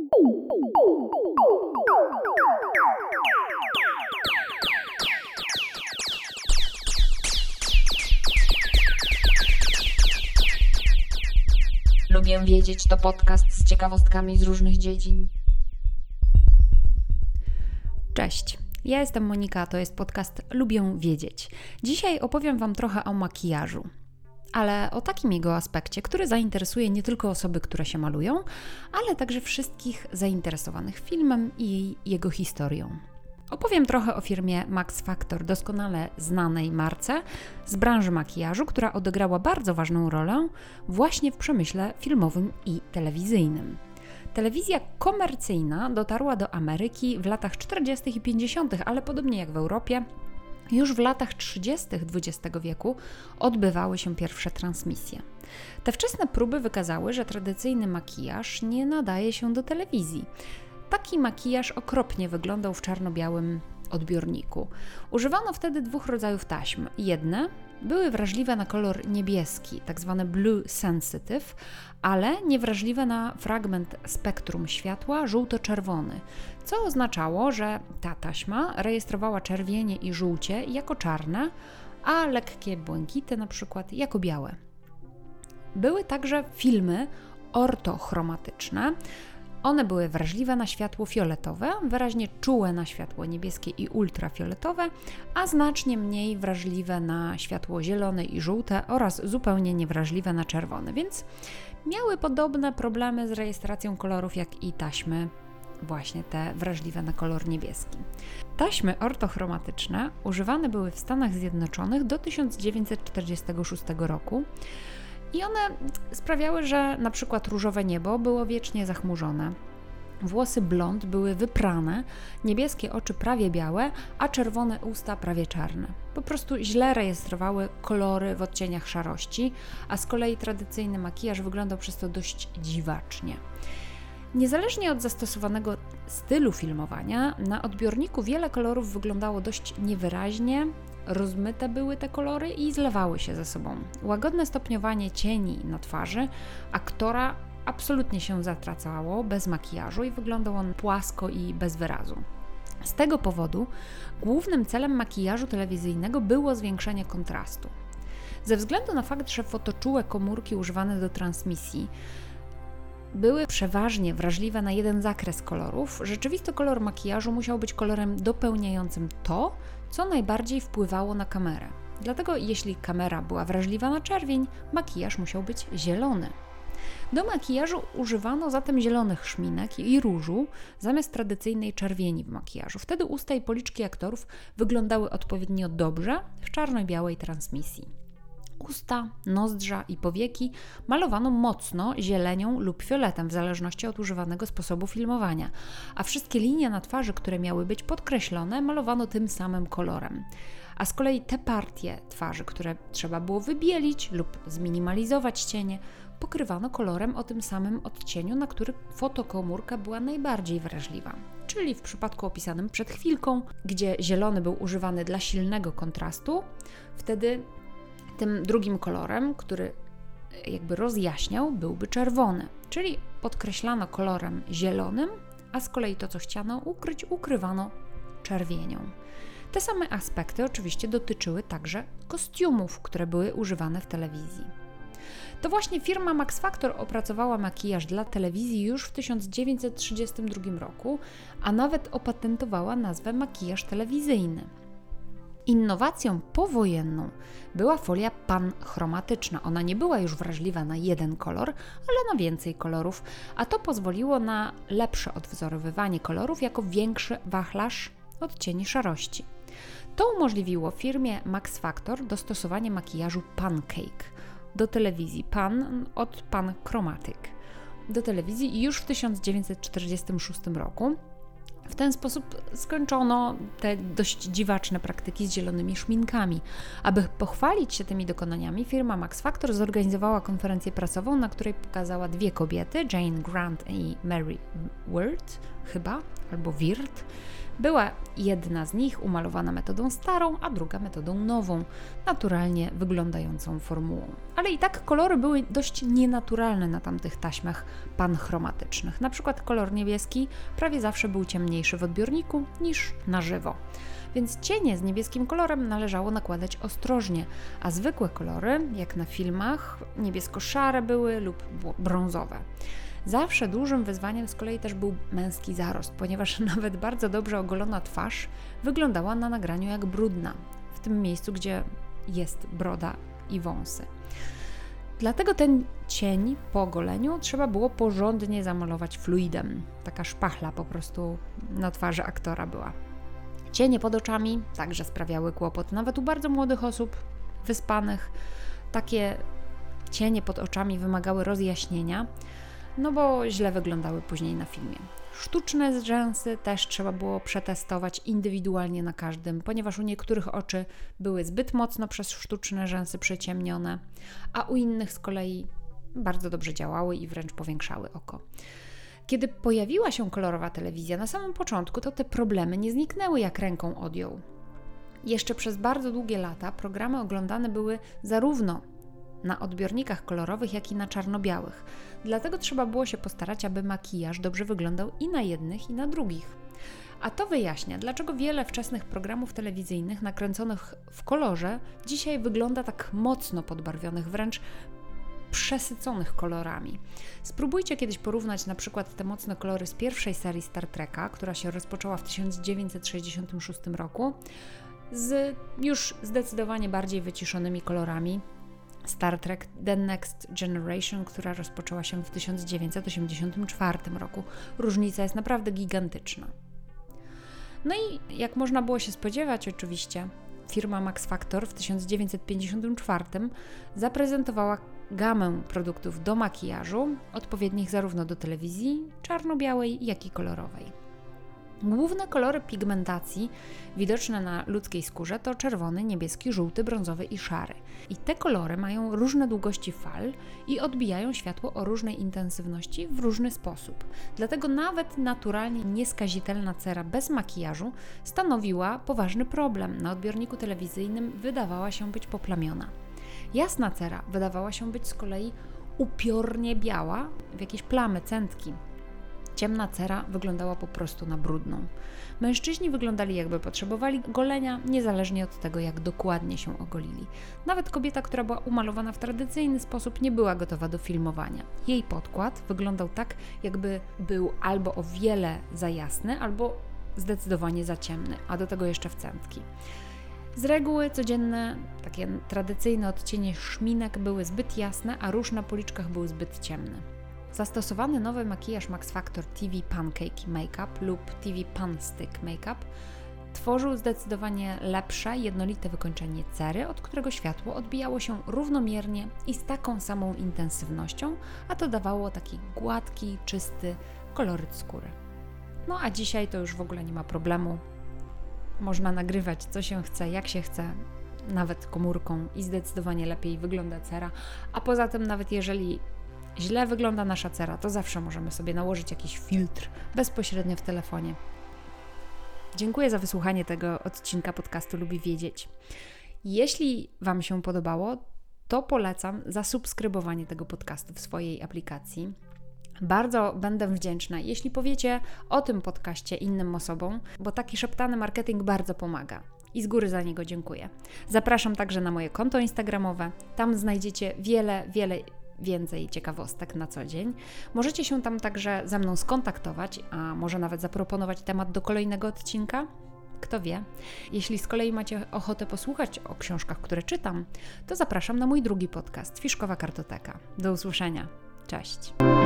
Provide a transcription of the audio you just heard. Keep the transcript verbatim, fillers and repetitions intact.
Lubię wiedzieć to podcast z ciekawostkami z różnych dziedzin. Cześć, ja jestem Monika, a to jest podcast Lubię wiedzieć. Dzisiaj opowiem Wam trochę o makijażu, ale o takim jego aspekcie, który zainteresuje nie tylko osoby, które się malują, ale także wszystkich zainteresowanych filmem i jego historią. Opowiem trochę o firmie Max Factor, doskonale znanej marce z branży makijażu, która odegrała bardzo ważną rolę właśnie w przemyśle filmowym i telewizyjnym. Telewizja komercyjna dotarła do Ameryki w latach czterdziestych i pięćdziesiątych, ale podobnie jak w Europie, już w latach trzydziestych dwudziestego wieku odbywały się pierwsze transmisje. Te wczesne próby wykazały, że tradycyjny makijaż nie nadaje się do telewizji. Taki makijaż okropnie wyglądał w czarno-białym odbiorniku. Używano wtedy dwóch rodzajów taśm. Jedne były wrażliwe na kolor niebieski, tzw. blue sensitive, ale niewrażliwe na fragment spektrum światła żółto-czerwony, co oznaczało, że ta taśma rejestrowała czerwienie i żółcie jako czarne, a lekkie błękity na przykład jako białe. Były także filmy ortochromatyczne. One były wrażliwe na światło fioletowe, wyraźnie czułe na światło niebieskie i ultrafioletowe, a znacznie mniej wrażliwe na światło zielone i żółte oraz zupełnie niewrażliwe na czerwone, więc miały podobne problemy z rejestracją kolorów jak i taśmy właśnie te wrażliwe na kolor niebieski. Taśmy ortochromatyczne używane były w Stanach Zjednoczonych do tysiąc dziewięćset czterdziestego szóstego roku. I one sprawiały, że na przykład różowe niebo było wiecznie zachmurzone, włosy blond były wyprane, niebieskie oczy prawie białe, a czerwone usta prawie czarne. Po prostu źle rejestrowały kolory w odcieniach szarości, a z kolei tradycyjny makijaż wyglądał przez to dość dziwacznie. Niezależnie od zastosowanego stylu filmowania, na odbiorniku wiele kolorów wyglądało dość niewyraźnie, rozmyte były te kolory i zlewały się ze sobą. Łagodne stopniowanie cieni na twarzy aktora absolutnie się zatracało bez makijażu i wyglądał on płasko i bez wyrazu. Z tego powodu głównym celem makijażu telewizyjnego było zwiększenie kontrastu. Ze względu na fakt, że fotoczułe komórki używane do transmisji były przeważnie wrażliwe na jeden zakres kolorów, rzeczywisty kolor makijażu musiał być kolorem dopełniającym to, co najbardziej wpływało na kamerę. Dlatego jeśli kamera była wrażliwa na czerwień, makijaż musiał być zielony. Do makijażu używano zatem zielonych szminek i różu zamiast tradycyjnej czerwieni w makijażu. Wtedy usta i policzki aktorów wyglądały odpowiednio dobrze w czarno-białej transmisji. Usta, nozdrza i powieki malowano mocno zielenią lub fioletem w zależności od używanego sposobu filmowania, a wszystkie linie na twarzy, które miały być podkreślone, malowano tym samym kolorem. A z kolei te partie twarzy, które trzeba było wybielić lub zminimalizować cienie, pokrywano kolorem o tym samym odcieniu, na który fotokomórka była najbardziej wrażliwa. Czyli w przypadku opisanym przed chwilką, gdzie zielony był używany dla silnego kontrastu, wtedy tym drugim kolorem, który jakby rozjaśniał, byłby czerwony, czyli podkreślano kolorem zielonym, a z kolei to, co chciano ukryć, ukrywano czerwienią. Te same aspekty oczywiście dotyczyły także kostiumów, które były używane w telewizji. To właśnie firma Max Factor opracowała makijaż dla telewizji już w tysiąc dziewięćset trzydziestym drugim roku, a nawet opatentowała nazwę makijaż telewizyjny. Innowacją powojenną była folia panchromatyczna. Ona nie była już wrażliwa na jeden kolor, ale na więcej kolorów, a to pozwoliło na lepsze odwzorowywanie kolorów jako większy wachlarz odcieni szarości. To umożliwiło firmie Max Factor dostosowanie makijażu pancake do telewizji, pan od panchromatic, do telewizji już w tysiąc dziewięćset czterdziestym szóstym roku. W ten sposób skończono te dość dziwaczne praktyki z zielonymi szminkami. Aby pochwalić się tymi dokonaniami, firma Max Factor zorganizowała konferencję prasową, na której pokazała dwie kobiety, Jane Grant i Mary Ward, chyba, albo Wirth. Była jedna z nich umalowana metodą starą, a druga metodą nową, naturalnie wyglądającą formułą. Ale i tak kolory były dość nienaturalne na tamtych taśmach panchromatycznych. Na przykład kolor niebieski prawie zawsze był ciemniejszy w odbiorniku niż na żywo. Więc cienie z niebieskim kolorem należało nakładać ostrożnie, a zwykłe kolory, jak na filmach, niebiesko-szare były lub brązowe. Zawsze dużym wyzwaniem z kolei też był męski zarost, ponieważ nawet bardzo dobrze ogolona twarz wyglądała na nagraniu jak brudna, w tym miejscu, gdzie jest broda i wąsy. Dlatego ten cień po ogoleniu trzeba było porządnie zamalować fluidem. Taka szpachla po prostu na twarzy aktora była. Cienie pod oczami także sprawiały kłopot, nawet u bardzo młodych osób, wyspanych. Takie cienie pod oczami wymagały rozjaśnienia, no bo źle wyglądały później na filmie. Sztuczne rzęsy też trzeba było przetestować indywidualnie na każdym, ponieważ u niektórych oczy były zbyt mocno przez sztuczne rzęsy przyciemnione, a u innych z kolei bardzo dobrze działały i wręcz powiększały oko. Kiedy pojawiła się kolorowa telewizja na samym początku, to te problemy nie zniknęły jak ręką odjął. Jeszcze przez bardzo długie lata programy oglądane były zarówno na odbiornikach kolorowych, jak i na czarno-białych. Dlatego trzeba było się postarać, aby makijaż dobrze wyglądał i na jednych, i na drugich. A to wyjaśnia, dlaczego wiele wczesnych programów telewizyjnych nakręconych w kolorze dzisiaj wygląda tak mocno podbarwionych, wręcz przesyconych kolorami. Spróbujcie kiedyś porównać na przykład te mocne kolory z pierwszej serii Star Treka, która się rozpoczęła w tysiąc dziewięćset sześćdziesiątym szóstym roku, z już zdecydowanie bardziej wyciszonymi kolorami Star Trek The Next Generation, która rozpoczęła się w tysiąc dziewięćset osiemdziesiątym czwartym roku. Różnica jest naprawdę gigantyczna. No i jak można było się spodziewać oczywiście, firma Max Factor w tysiąc dziewięćset pięćdziesiątym czwartym zaprezentowała gamę produktów do makijażu, odpowiednich zarówno do telewizji czarno-białej, jak i kolorowej. Główne kolory pigmentacji widoczne na ludzkiej skórze to czerwony, niebieski, żółty, brązowy i szary. I te kolory mają różne długości fal i odbijają światło o różnej intensywności w różny sposób. Dlatego nawet naturalnie nieskazitelna cera bez makijażu stanowiła poważny problem. Na odbiorniku telewizyjnym wydawała się być poplamiona. Jasna cera wydawała się być z kolei upiornie biała, w jakieś plamy, cętki. Ciemna cera wyglądała po prostu na brudną. Mężczyźni wyglądali jakby potrzebowali golenia, niezależnie od tego, jak dokładnie się ogolili. Nawet kobieta, która była umalowana w tradycyjny sposób, nie była gotowa do filmowania. Jej podkład wyglądał tak, jakby był albo o wiele za jasny, albo zdecydowanie za ciemny, a do tego jeszcze w cętki. Z reguły codzienne, takie tradycyjne odcienie szminek były zbyt jasne, a róż na policzkach był zbyt ciemny. Zastosowany nowy makijaż Max Factor T V Pancake Makeup lub T V Pan Stick Makeup tworzył zdecydowanie lepsze, jednolite wykończenie cery, od którego światło odbijało się równomiernie i z taką samą intensywnością, a to dawało taki gładki, czysty koloryt skóry. No a dzisiaj to już w ogóle nie ma problemu. Można nagrywać co się chce, jak się chce, nawet komórką i zdecydowanie lepiej wygląda cera, a poza tym nawet jeżeli źle wygląda nasza cera, to zawsze możemy sobie nałożyć jakiś filtr bezpośrednio w telefonie. Dziękuję za wysłuchanie tego odcinka podcastu Lubi Wiedzieć. Jeśli Wam się podobało, to polecam zasubskrybowanie tego podcastu w swojej aplikacji. Bardzo będę wdzięczna, jeśli powiecie o tym podcaście innym osobom, bo taki szeptany marketing bardzo pomaga. I z góry za niego dziękuję. Zapraszam także na moje konto instagramowe. Tam znajdziecie wiele, wiele więcej ciekawostek na co dzień. Możecie się tam także ze mną skontaktować, a może nawet zaproponować temat do kolejnego odcinka. Kto wie. Jeśli z kolei macie ochotę posłuchać o książkach, które czytam, to zapraszam na mój drugi podcast Fiszkowa Kartoteka. Do usłyszenia. Cześć.